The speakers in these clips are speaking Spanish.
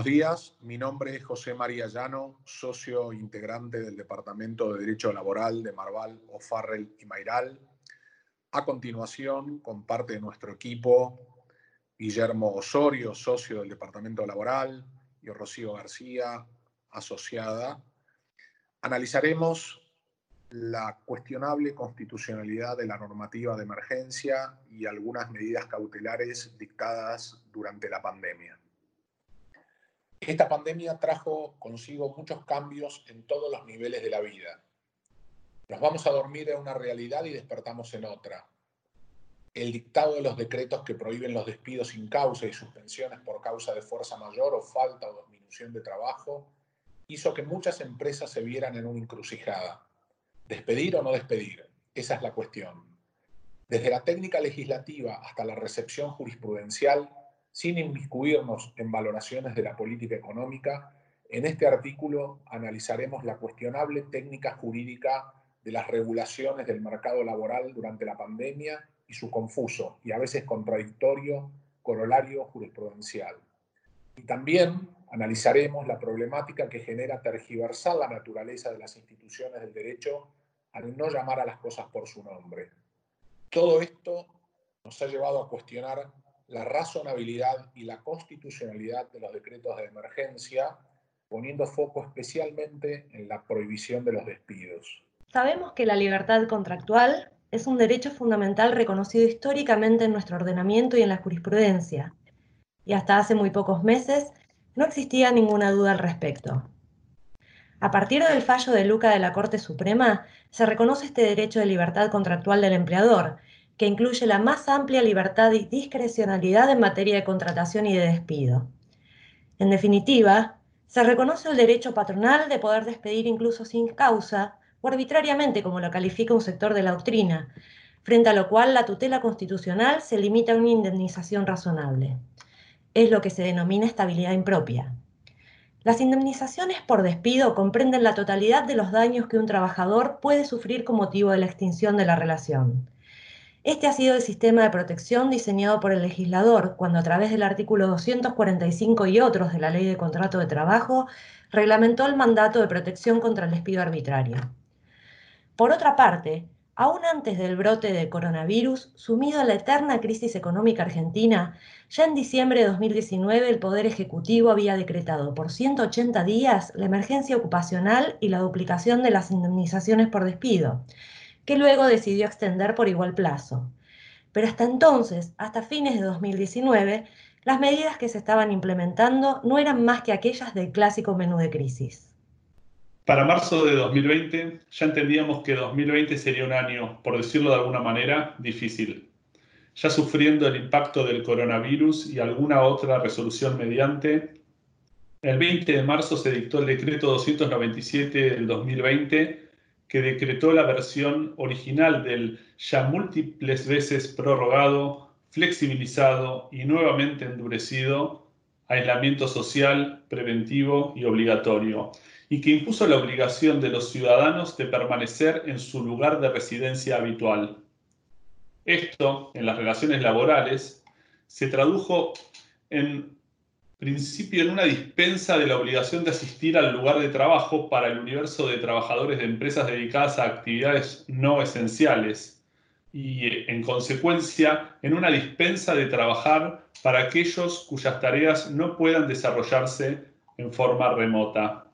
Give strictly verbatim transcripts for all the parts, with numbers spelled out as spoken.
Buenos días, mi nombre es José María Llano, socio integrante del Departamento de Derecho Laboral de Marval, O'Farrell y Mayral. A continuación, con parte de nuestro equipo, Guillermo Osorio, socio del Departamento Laboral, y Rocío García, asociada, analizaremos la cuestionable constitucionalidad de la normativa de emergencia y algunas medidas cautelares dictadas durante la pandemia. Esta pandemia trajo consigo muchos cambios en todos los niveles de la vida. Nos vamos a dormir en una realidad y despertamos en otra. El dictado de los decretos que prohíben los despidos sin causa y suspensiones por causa de fuerza mayor o falta o disminución de trabajo hizo que muchas empresas se vieran en una encrucijada. ¿Despedir o no despedir? Esa es la cuestión. Desde la técnica legislativa hasta la recepción jurisprudencial, sin inmiscuirnos en valoraciones de la política económica, en este artículo analizaremos la cuestionable técnica jurídica de las regulaciones del mercado laboral durante la pandemia y su confuso y a veces contradictorio corolario jurisprudencial. Y también analizaremos la problemática que genera tergiversar la naturaleza de las instituciones del derecho al no llamar a las cosas por su nombre. Todo esto nos ha llevado a cuestionar la razonabilidad y la constitucionalidad de los decretos de emergencia, poniendo foco especialmente en la prohibición de los despidos. Sabemos que la libertad contractual es un derecho fundamental reconocido históricamente en nuestro ordenamiento y en la jurisprudencia, y hasta hace muy pocos meses no existía ninguna duda al respecto. A partir del fallo de Luca de la Corte Suprema, se reconoce este derecho de libertad contractual del empleador, que incluye la más amplia libertad y discrecionalidad en materia de contratación y de despido. En definitiva, se reconoce el derecho patronal de poder despedir incluso sin causa o arbitrariamente, como lo califica un sector de la doctrina, frente a lo cual la tutela constitucional se limita a una indemnización razonable. Es lo que se denomina estabilidad impropia. Las indemnizaciones por despido comprenden la totalidad de los daños que un trabajador puede sufrir con motivo de la extinción de la relación. Este ha sido el sistema de protección diseñado por el legislador cuando a través del artículo doscientos cuarenta y cinco y otros de la Ley de Contrato de Trabajo reglamentó el mandato de protección contra el despido arbitrario. Por otra parte, aún antes del brote de coronavirus, sumido en la eterna crisis económica argentina, ya en diciembre de dos mil diecinueve el Poder Ejecutivo había decretado por ciento ochenta días la emergencia ocupacional y la duplicación de las indemnizaciones por despido, que luego decidió extender por igual plazo. Pero hasta entonces, hasta fines de dos mil diecinueve, las medidas que se estaban implementando no eran más que aquellas del clásico menú de crisis. Para marzo de dos mil veinte ya entendíamos que dos mil veinte sería un año, por decirlo de alguna manera, difícil. Ya sufriendo el impacto del coronavirus y alguna otra resolución mediante, el veinte de marzo se dictó el decreto doscientos noventa y siete del dos mil veinte que decretó la versión original del ya múltiples veces prorrogado, flexibilizado y nuevamente endurecido aislamiento social, preventivo y obligatorio, y que impuso la obligación de los ciudadanos de permanecer en su lugar de residencia habitual. Esto, en las relaciones laborales, se tradujo en principio en una dispensa de la obligación de asistir al lugar de trabajo para el universo de trabajadores de empresas dedicadas a actividades no esenciales y, en consecuencia, en una dispensa de trabajar para aquellos cuyas tareas no puedan desarrollarse en forma remota.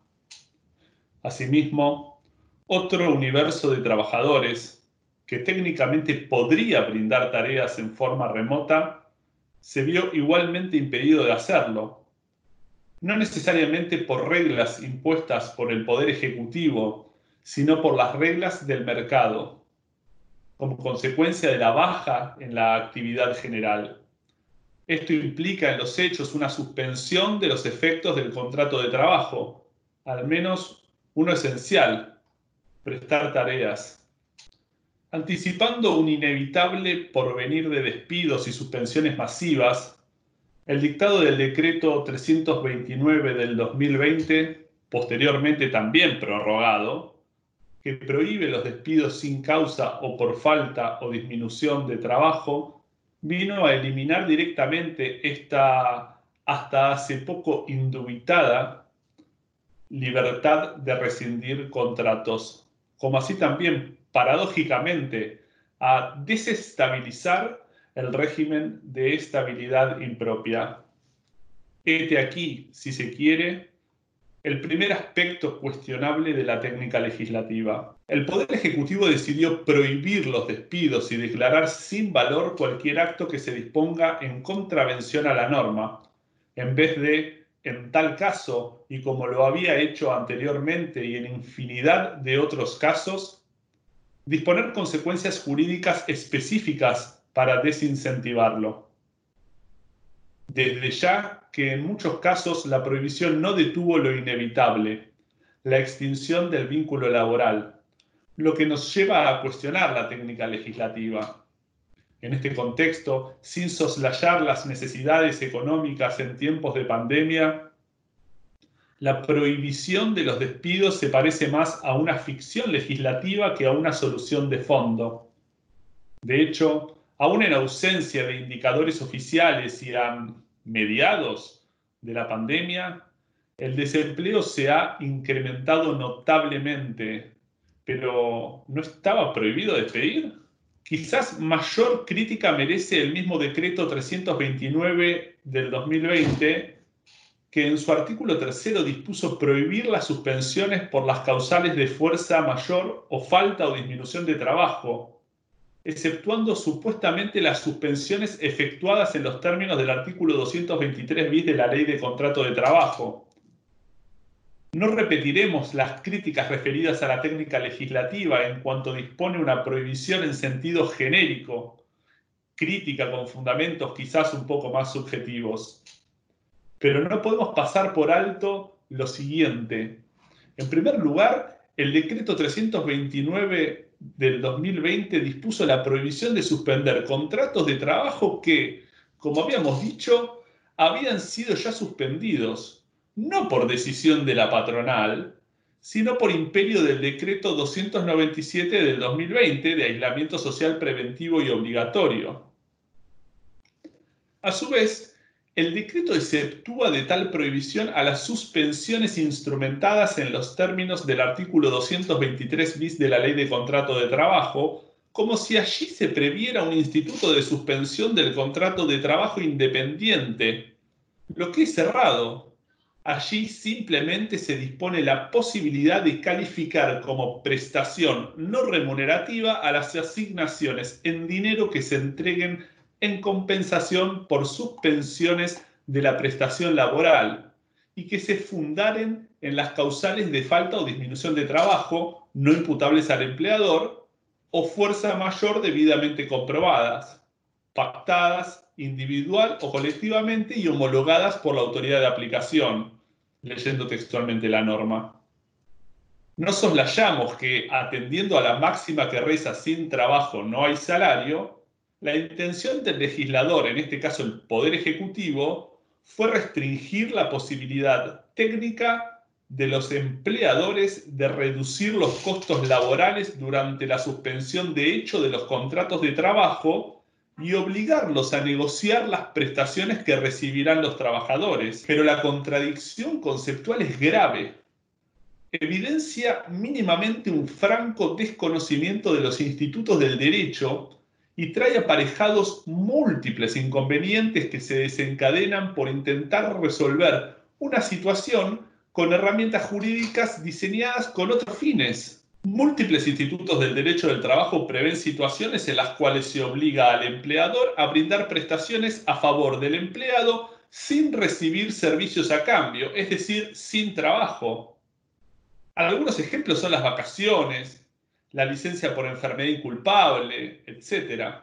Asimismo, otro universo de trabajadores que técnicamente podría brindar tareas en forma remota se vio igualmente impedido de hacerlo, no necesariamente por reglas impuestas por el Poder Ejecutivo, sino por las reglas del mercado, como consecuencia de la baja en la actividad general. Esto implica en los hechos una suspensión de los efectos del contrato de trabajo, al menos uno esencial: prestar tareas. Anticipando un inevitable porvenir de despidos y suspensiones masivas, el dictado del decreto trescientos veintinueve del dos mil veinte, posteriormente también prorrogado, que prohíbe los despidos sin causa o por falta o disminución de trabajo, vino a eliminar directamente esta hasta hace poco indubitada libertad de rescindir contratos, como así también, paradójicamente, a desestabilizar el régimen de estabilidad impropia. Hete aquí, si se quiere, el primer aspecto cuestionable de la técnica legislativa. El Poder Ejecutivo decidió prohibir los despidos y declarar sin valor cualquier acto que se disponga en contravención a la norma, en vez de, en tal caso, y como lo había hecho anteriormente y en infinidad de otros casos, disponer consecuencias jurídicas específicas para desincentivarlo. Desde ya que en muchos casos la prohibición no detuvo lo inevitable, la extinción del vínculo laboral, lo que nos lleva a cuestionar la técnica legislativa. En este contexto, sin soslayar las necesidades económicas en tiempos de pandemia, la prohibición de los despidos se parece más a una ficción legislativa que a una solución de fondo. De hecho, aún en ausencia de indicadores oficiales y a mediados de la pandemia, el desempleo se ha incrementado notablemente. Pero, ¿no estaba prohibido despedir? Quizás mayor crítica merece el mismo decreto trescientos veintinueve del dos mil veinte, que en su artículo tercero dispuso prohibir las suspensiones por las causales de fuerza mayor o falta o disminución de trabajo, exceptuando supuestamente las suspensiones efectuadas en los términos del artículo doscientos veintitrés bis de la Ley de Contrato de Trabajo. No repetiremos las críticas referidas a la técnica legislativa en cuanto dispone una prohibición en sentido genérico, crítica con fundamentos quizás un poco más subjetivos. Pero no podemos pasar por alto lo siguiente. En primer lugar, el decreto trescientos veintinueve del dos mil veinte dispuso la prohibición de suspender contratos de trabajo que, como habíamos dicho, habían sido ya suspendidos, no por decisión de la patronal, sino por imperio del decreto doscientos noventa y siete del dos mil veinte de aislamiento social preventivo y obligatorio. A su vez, el decreto exceptúa de tal prohibición a las suspensiones instrumentadas en los términos del artículo doscientos veintitrés bis de la Ley de Contrato de Trabajo, como si allí se previera un instituto de suspensión del contrato de trabajo independiente, lo que es errado. Allí simplemente se dispone la posibilidad de calificar como prestación no remunerativa a las asignaciones en dinero que se entreguen en compensación por suspensiones de la prestación laboral y que se fundaren en las causales de falta o disminución de trabajo no imputables al empleador o fuerza mayor debidamente comprobadas, pactadas individual o colectivamente y homologadas por la autoridad de aplicación, leyendo textualmente la norma. No soslayamos que, atendiendo a la máxima que reza sin trabajo no hay salario, la intención del legislador, en este caso el Poder Ejecutivo, fue restringir la posibilidad técnica de los empleadores de reducir los costos laborales durante la suspensión de hecho de los contratos de trabajo y obligarlos a negociar las prestaciones que recibirán los trabajadores. Pero la contradicción conceptual es grave. Evidencia mínimamente un franco desconocimiento de los institutos del derecho y trae aparejados múltiples inconvenientes que se desencadenan por intentar resolver una situación con herramientas jurídicas diseñadas con otros fines. Múltiples institutos del derecho del trabajo prevén situaciones en las cuales se obliga al empleador a brindar prestaciones a favor del empleado sin recibir servicios a cambio, es decir, sin trabajo. Algunos ejemplos son las vacaciones, la licencia por enfermedad inculpable, etcétera.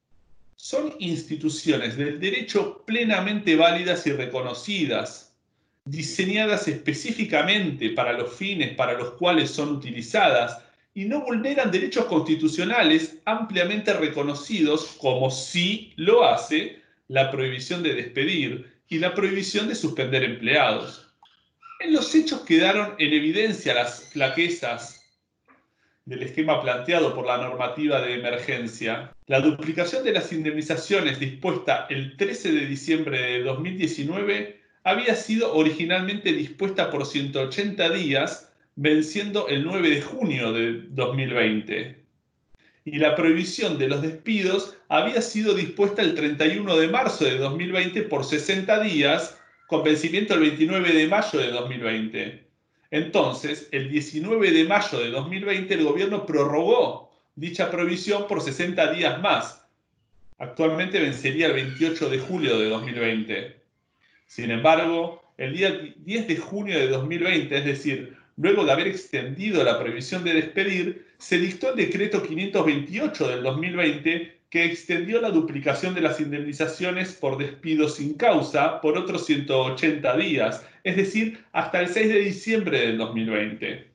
Son instituciones del derecho plenamente válidas y reconocidas, diseñadas específicamente para los fines para los cuales son utilizadas y no vulneran derechos constitucionales ampliamente reconocidos, como sí lo hace la prohibición de despedir y la prohibición de suspender empleados. En los hechos quedaron en evidencia las flaquezas del esquema planteado por la normativa de emergencia. La duplicación de las indemnizaciones dispuesta el trece de diciembre de dos mil diecinueve había sido originalmente dispuesta por ciento ochenta días, venciendo el nueve de junio de dos mil veinte. Y la prohibición de los despidos había sido dispuesta el treinta y uno de marzo de dos mil veinte por sesenta días, con vencimiento el veintinueve de mayo de dos mil veinte. Entonces, el diecinueve de mayo de dos mil veinte, el gobierno prorrogó dicha prohibición por sesenta días más. Actualmente vencería el veintiocho de julio de dos mil veinte. Sin embargo, el día diez de junio de dos mil veinte, es decir, luego de haber extendido la prohibición de despedir, se dictó el decreto quinientos veintiocho del dos mil veinte que extendió la duplicación de las indemnizaciones por despido sin causa por otros ciento ochenta días, es decir, hasta el seis de diciembre del dos mil veinte.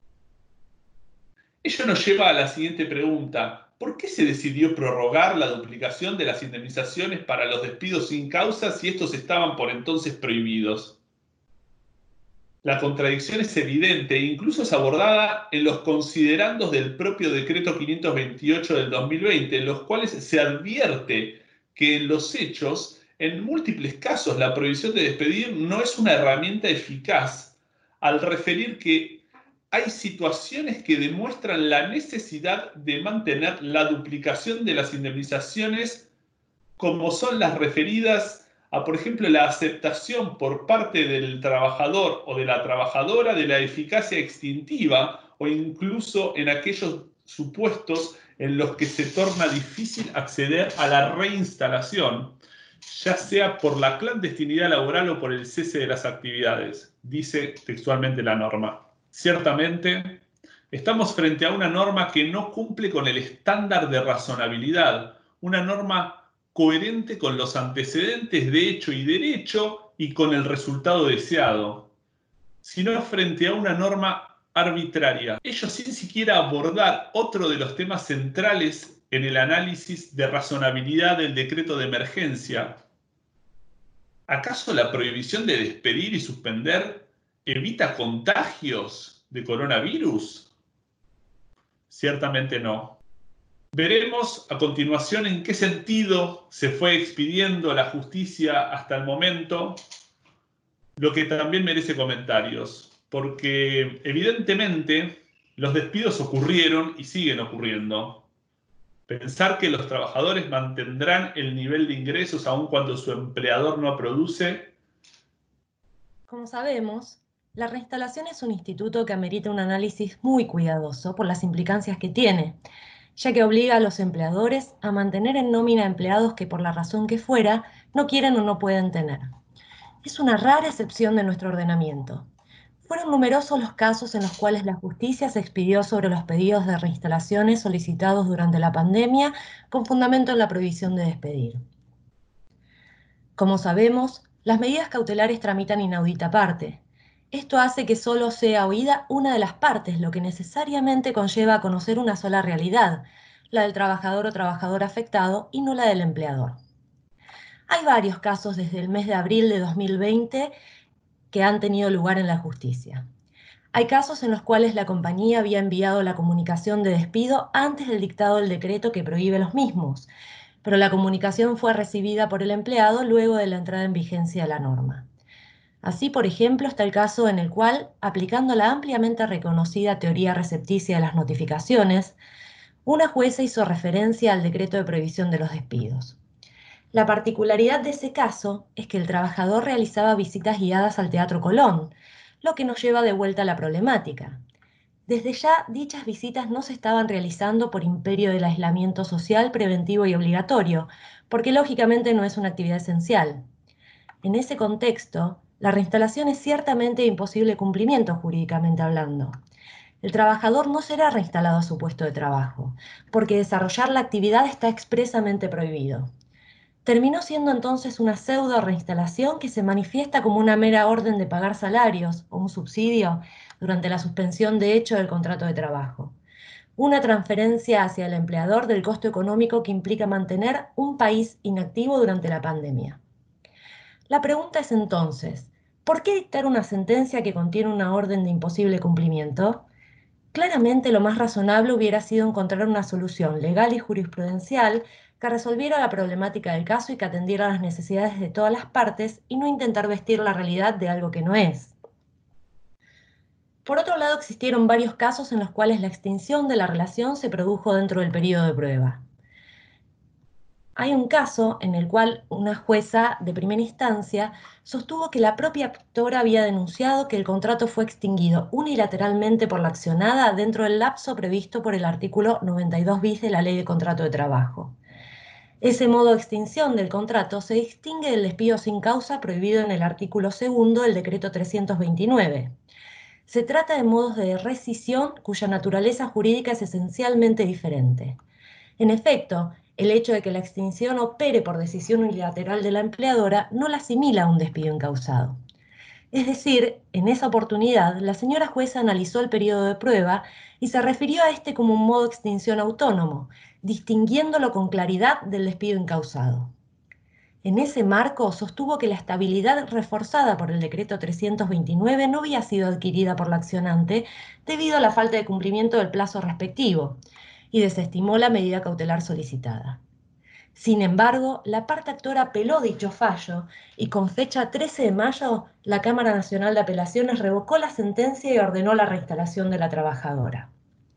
Ello nos lleva a la siguiente pregunta. ¿Por qué se decidió prorrogar la duplicación de las indemnizaciones para los despidos sin causa si estos estaban por entonces prohibidos? La contradicción es evidente e incluso es abordada en los considerandos del propio decreto quinientos veintiocho del dos mil veinte, en los cuales se advierte que en los hechos, en múltiples casos, la prohibición de despedir no es una herramienta eficaz, al referir que hay situaciones que demuestran la necesidad de mantener la duplicación de las indemnizaciones, como son las referidas a, por ejemplo, la aceptación por parte del trabajador o de la trabajadora de la eficacia extintiva, o incluso en aquellos supuestos en los que se torna difícil acceder a la reinstalación, ya sea por la clandestinidad laboral o por el cese de las actividades, dice textualmente la norma. Ciertamente, estamos frente a una norma que no cumple con el estándar de razonabilidad, una norma coherente con los antecedentes de hecho y derecho y con el resultado deseado, sino frente a una norma arbitraria. Ello sin siquiera abordar otro de los temas centrales en el análisis de razonabilidad del decreto de emergencia. ¿Acaso la prohibición de despedir y suspender evita contagios de coronavirus? Ciertamente no. Veremos a continuación en qué sentido se fue expidiendo la justicia hasta el momento, lo que también merece comentarios, porque evidentemente los despidos ocurrieron y siguen ocurriendo. Pensar que los trabajadores mantendrán el nivel de ingresos aun cuando su empleador no produce. Como sabemos, la reinstalación es un instituto que amerita un análisis muy cuidadoso por las implicancias que tiene, ya que obliga a los empleadores a mantener en nómina empleados que por la razón que fuera no quieren o no pueden tener. Es una rara excepción de nuestro ordenamiento. Fueron numerosos los casos en los cuales la justicia se expidió sobre los pedidos de reinstalaciones solicitados durante la pandemia con fundamento en la prohibición de despedir. Como sabemos, las medidas cautelares tramitan inaudita parte. Esto hace que solo sea oída una de las partes, lo que necesariamente conlleva a conocer una sola realidad, la del trabajador o trabajadora afectado y no la del empleador. Hay varios casos desde el mes de abril de dos mil veinte que han tenido lugar en la justicia. Hay casos en los cuales la compañía había enviado la comunicación de despido antes del dictado del decreto que prohíbe los mismos, pero la comunicación fue recibida por el empleado luego de la entrada en vigencia de la norma. Así, por ejemplo, está el caso en el cual, aplicando la ampliamente reconocida teoría recepticia de las notificaciones, una jueza hizo referencia al decreto de prohibición de los despidos. La particularidad de ese caso es que el trabajador realizaba visitas guiadas al Teatro Colón, lo que nos lleva de vuelta a la problemática. Desde ya, dichas visitas no se estaban realizando por imperio del aislamiento social preventivo y obligatorio, porque lógicamente no es una actividad esencial. En ese contexto, la reinstalación es ciertamente de imposible cumplimiento jurídicamente hablando. El trabajador no será reinstalado a su puesto de trabajo, porque desarrollar la actividad está expresamente prohibido. Terminó siendo entonces una pseudo reinstalación que se manifiesta como una mera orden de pagar salarios o un subsidio durante la suspensión de hecho del contrato de trabajo. Una transferencia hacia el empleador del costo económico que implica mantener un país inactivo durante la pandemia. La pregunta es entonces, ¿por qué dictar una sentencia que contiene una orden de imposible cumplimiento? Claramente lo más razonable hubiera sido encontrar una solución legal y jurisprudencial que resolviera la problemática del caso y que atendiera las necesidades de todas las partes y no intentar vestir la realidad de algo que no es. Por otro lado, existieron varios casos en los cuales la extinción de la relación se produjo dentro del periodo de prueba. Hay un caso en el cual una jueza de primera instancia sostuvo que la propia actora había denunciado que el contrato fue extinguido unilateralmente por la accionada dentro del lapso previsto por el artículo noventa y dos bis de la Ley de Contrato de Trabajo. Ese modo de extinción del contrato se distingue del despido sin causa prohibido en el artículo segundo del Decreto trescientos veintinueve. Se trata de modos de rescisión cuya naturaleza jurídica es esencialmente diferente. En efecto, el hecho de que la extinción opere por decisión unilateral de la empleadora no la asimila a un despido incausado. Es decir, en esa oportunidad, la señora jueza analizó el periodo de prueba y se refirió a este como un modo de extinción autónomo, distinguiéndolo con claridad del despido incausado. En ese marco, sostuvo que la estabilidad reforzada por el decreto trescientos veintinueve no había sido adquirida por la accionante debido a la falta de cumplimiento del plazo respectivo, y desestimó la medida cautelar solicitada. Sin embargo, la parte actora apeló dicho fallo y con fecha trece de mayo, la Cámara Nacional de Apelaciones revocó la sentencia y ordenó la reinstalación de la trabajadora.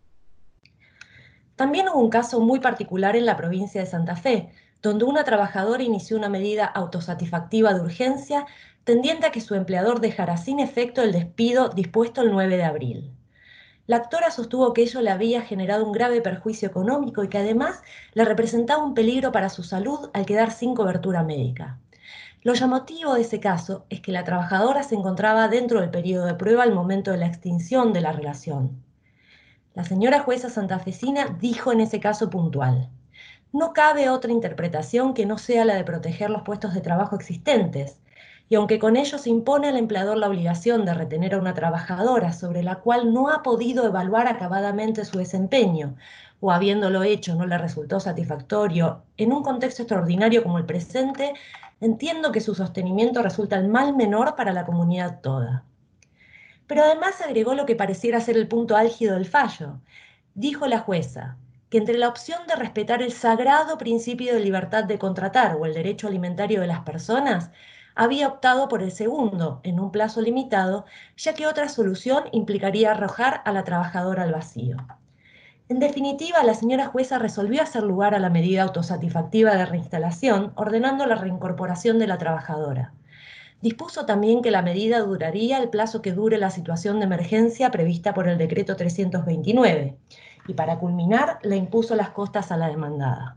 También hubo un caso muy particular en la provincia de Santa Fe, donde una trabajadora inició una medida autosatisfactiva de urgencia tendiente a que su empleador dejara sin efecto el despido dispuesto el nueve de abril. La actora sostuvo que ello le había generado un grave perjuicio económico y que además le representaba un peligro para su salud al quedar sin cobertura médica. Lo llamativo de ese caso es que la trabajadora se encontraba dentro del periodo de prueba al momento de la extinción de la relación. La señora jueza santafesina dijo en ese caso puntual: no cabe otra interpretación que no sea la de proteger los puestos de trabajo existentes, y aunque con ello se impone al empleador la obligación de retener a una trabajadora sobre la cual no ha podido evaluar acabadamente su desempeño, o habiéndolo hecho no le resultó satisfactorio, en un contexto extraordinario como el presente, entiendo que su sostenimiento resulta el mal menor para la comunidad toda. Pero además agregó lo que pareciera ser el punto álgido del fallo. Dijo la jueza que entre la opción de respetar el sagrado principio de libertad de contratar o el derecho alimentario de las personas, había optado por el segundo, en un plazo limitado, ya que otra solución implicaría arrojar a la trabajadora al vacío. En definitiva, la señora jueza resolvió hacer lugar a la medida autosatisfactiva de reinstalación, ordenando la reincorporación de la trabajadora. Dispuso también que la medida duraría el plazo que dure la situación de emergencia prevista por el decreto trescientos veintinueve, y para culminar le impuso las costas a la demandada.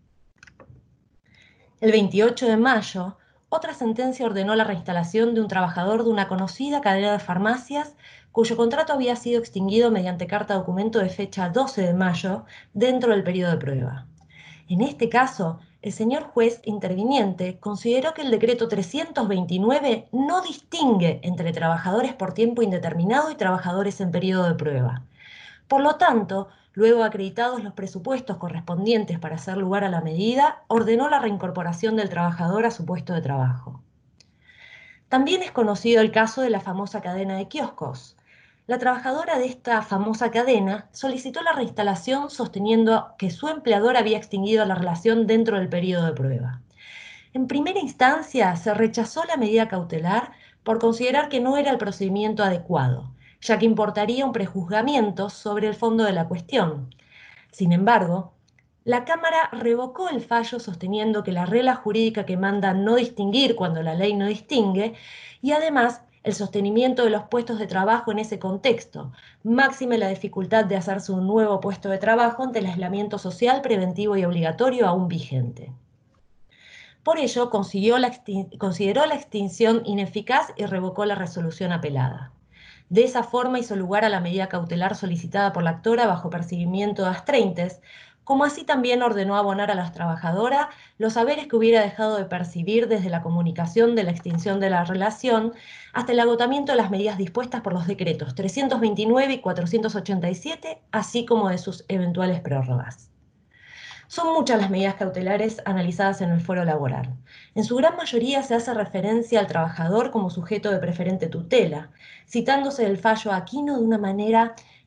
El veintiocho de mayo, otra sentencia ordenó la reinstalación de un trabajador de una conocida cadena de farmacias cuyo contrato había sido extinguido mediante carta documento de fecha doce de mayo dentro del periodo de prueba. En este caso, el señor juez interviniente consideró que el decreto trescientos veintinueve no distingue entre trabajadores por tiempo indeterminado y trabajadores en periodo de prueba. Por lo tanto, luego acreditados los presupuestos correspondientes para hacer lugar a la medida, ordenó la reincorporación del trabajador a su puesto de trabajo. También es conocido el caso de la famosa cadena de kioscos. La trabajadora de esta famosa cadena solicitó la reinstalación sosteniendo que su empleador había extinguido la relación dentro del periodo de prueba. En primera instancia, se rechazó la medida cautelar por considerar que no era el procedimiento adecuado, ya que importaría un prejuzgamiento sobre el fondo de la cuestión. Sin embargo, la Cámara revocó el fallo sosteniendo que la regla jurídica que manda no distinguir cuando la ley no distingue, y además el sostenimiento de los puestos de trabajo en ese contexto, máxime la dificultad de hacerse un nuevo puesto de trabajo ante el aislamiento social preventivo y obligatorio aún vigente. Por ello, la consideró la extinción ineficaz y revocó la resolución apelada. De esa forma hizo lugar a la medida cautelar solicitada por la actora bajo percibimiento de astreintes, como así también ordenó abonar a la trabajadora los haberes que hubiera dejado de percibir desde la comunicación de la extinción de la relación hasta el agotamiento de las medidas dispuestas por los decretos trescientos veintinueve y cuatrocientos ochenta y siete, así como de sus eventuales prórrogas. Son muchas las medidas cautelares analizadas en el fuero laboral. En su gran mayoría se hace referencia al trabajador como sujeto de preferente tutela, citándose el fallo Aquino de una manera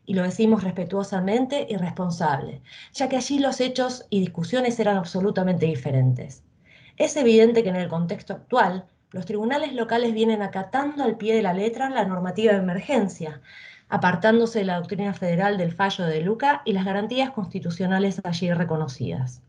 y lo decimos respetuosamente y responsable, ya que allí los hechos y discusiones eran absolutamente diferentes. Es evidente que en el contexto actual, los tribunales locales vienen acatando al pie de la letra la normativa de emergencia, apartándose de la doctrina federal del fallo de Luca y las garantías constitucionales allí reconocidas.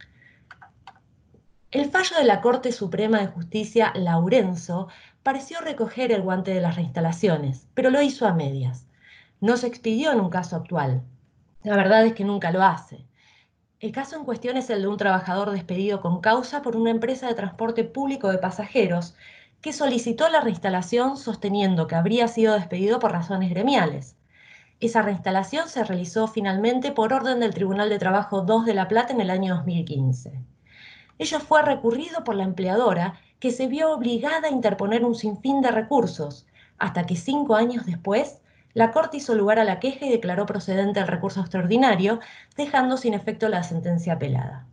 El fallo de la Corte Suprema de Justicia Laurenzo pareció recoger el guante de las reinstalaciones, pero lo hizo a medias. No se expidió en un caso actual. La verdad es que nunca lo hace. El caso en cuestión es el de un trabajador despedido con causa por una empresa de transporte público de pasajeros que solicitó la reinstalación sosteniendo que habría sido despedido por razones gremiales. Esa reinstalación se realizó finalmente por orden del Tribunal de Trabajo dos de La Plata en el año dos mil quince. Ello fue recurrido por la empleadora, que se vio obligada a interponer un sinfín de recursos, hasta que cinco años después, la Corte hizo lugar a la queja y declaró procedente el recurso extraordinario, dejando sin efecto la sentencia apelada.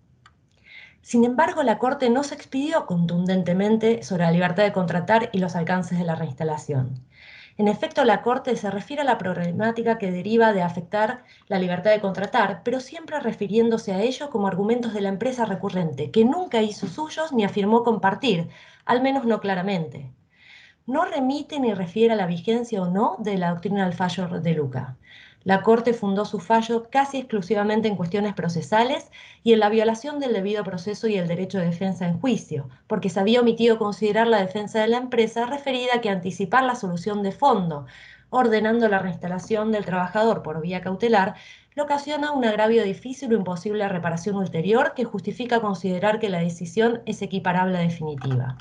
Sin embargo, la Corte no se expidió contundentemente sobre la libertad de contratar y los alcances de la reinstalación. En efecto, la Corte se refiere a la problemática que deriva de afectar la libertad de contratar, pero siempre refiriéndose a ello como argumentos de la empresa recurrente, que nunca hizo suyos ni afirmó compartir, al menos no claramente. No remite ni refiere a la vigencia o no de la doctrina del fallo de Luca. La Corte fundó su fallo casi exclusivamente en cuestiones procesales y en la violación del debido proceso y el derecho de defensa en juicio, porque se había omitido considerar la defensa de la empresa referida a que anticipar la solución de fondo, ordenando la reinstalación del trabajador por vía cautelar, le ocasiona un agravio difícil o imposible a reparación ulterior que justifica considerar que la decisión es equiparable a definitiva.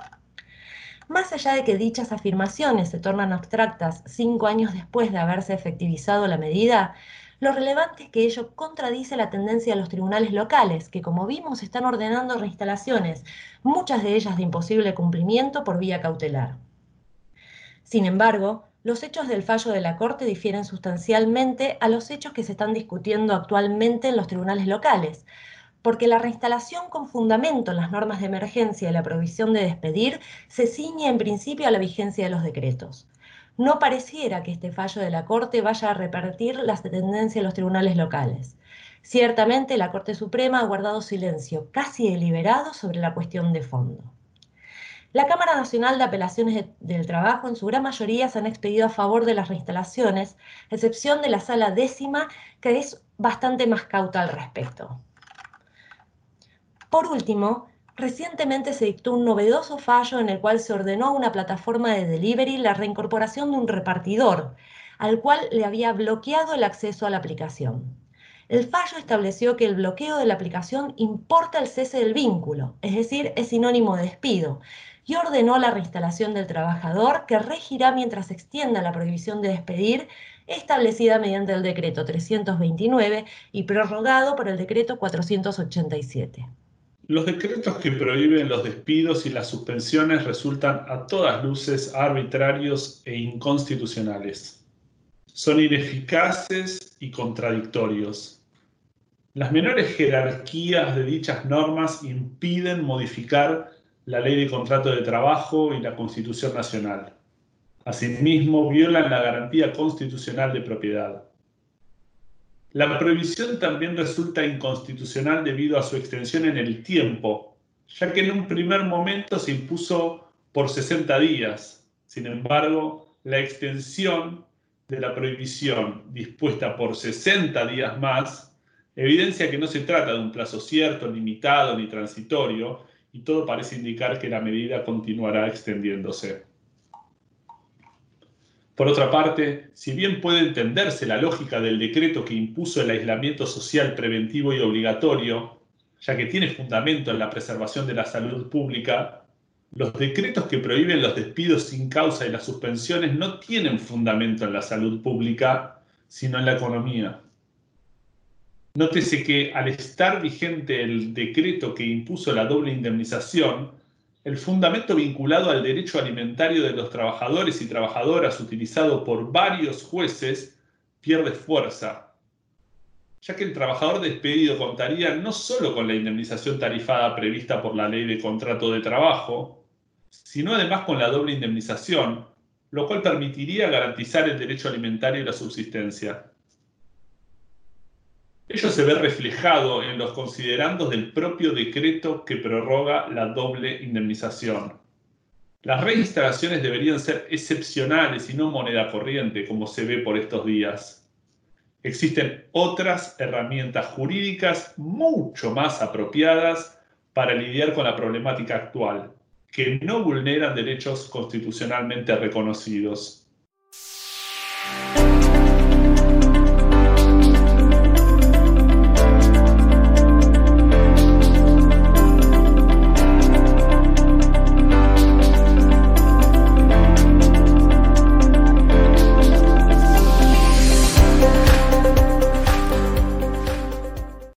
Más allá de que dichas afirmaciones se tornan abstractas cinco años después de haberse efectivizado la medida, lo relevante es que ello contradice la tendencia de los tribunales locales, que como vimos están ordenando reinstalaciones, muchas de ellas de imposible cumplimiento por vía cautelar. Sin embargo, los hechos del fallo de la Corte difieren sustancialmente a los hechos que se están discutiendo actualmente en los tribunales locales, porque la reinstalación con fundamento en las normas de emergencia y la prohibición de despedir se ciñe en principio a la vigencia de los decretos. No pareciera que este fallo de la Corte vaya a repartir la tendencia de los tribunales locales. Ciertamente la Corte Suprema ha guardado silencio, casi deliberado, sobre la cuestión de fondo. La Cámara Nacional de Apelaciones de, del Trabajo en su gran mayoría se han expedido a favor de las reinstalaciones, a excepción de la Sala Décima, que es bastante más cauta al respecto. Por último, recientemente se dictó un novedoso fallo en el cual se ordenó a una plataforma de delivery la reincorporación de un repartidor, al cual le había bloqueado el acceso a la aplicación. El fallo estableció que el bloqueo de la aplicación importa el cese del vínculo, es decir, es sinónimo de despido, y ordenó la reinstalación del trabajador, que regirá mientras se extienda la prohibición de despedir, establecida mediante el decreto trescientos veintinueve y prorrogado por el decreto cuatrocientos ochenta y siete. Los decretos que prohíben los despidos y las suspensiones resultan a todas luces arbitrarios e inconstitucionales. Son ineficaces y contradictorios. Las menores jerarquías de dichas normas impiden modificar la Ley de Contrato de Trabajo y la Constitución Nacional. Asimismo, violan la garantía constitucional de propiedad. La prohibición también resulta inconstitucional debido a su extensión en el tiempo, ya que en un primer momento se impuso por sesenta días. Sin embargo, la extensión de la prohibición dispuesta por sesenta días más evidencia que no se trata de un plazo cierto, limitado ni transitorio, y todo parece indicar que la medida continuará extendiéndose. Por otra parte, si bien puede entenderse la lógica del decreto que impuso el aislamiento social preventivo y obligatorio, ya que tiene fundamento en la preservación de la salud pública, los decretos que prohíben los despidos sin causa y las suspensiones no tienen fundamento en la salud pública, sino en la economía. Nótese que al estar vigente el decreto que impuso la doble indemnización, el fundamento vinculado al derecho alimentario de los trabajadores y trabajadoras utilizado por varios jueces pierde fuerza, ya que el trabajador despedido contaría no solo con la indemnización tarifada prevista por la Ley de Contrato de Trabajo, sino además con la doble indemnización, lo cual permitiría garantizar el derecho alimentario y la subsistencia. Ello se ve reflejado en los considerandos del propio decreto que prorroga la doble indemnización. Las reinstalaciones deberían ser excepcionales y no moneda corriente, como se ve por estos días. Existen otras herramientas jurídicas mucho más apropiadas para lidiar con la problemática actual, que no vulneran derechos constitucionalmente reconocidos.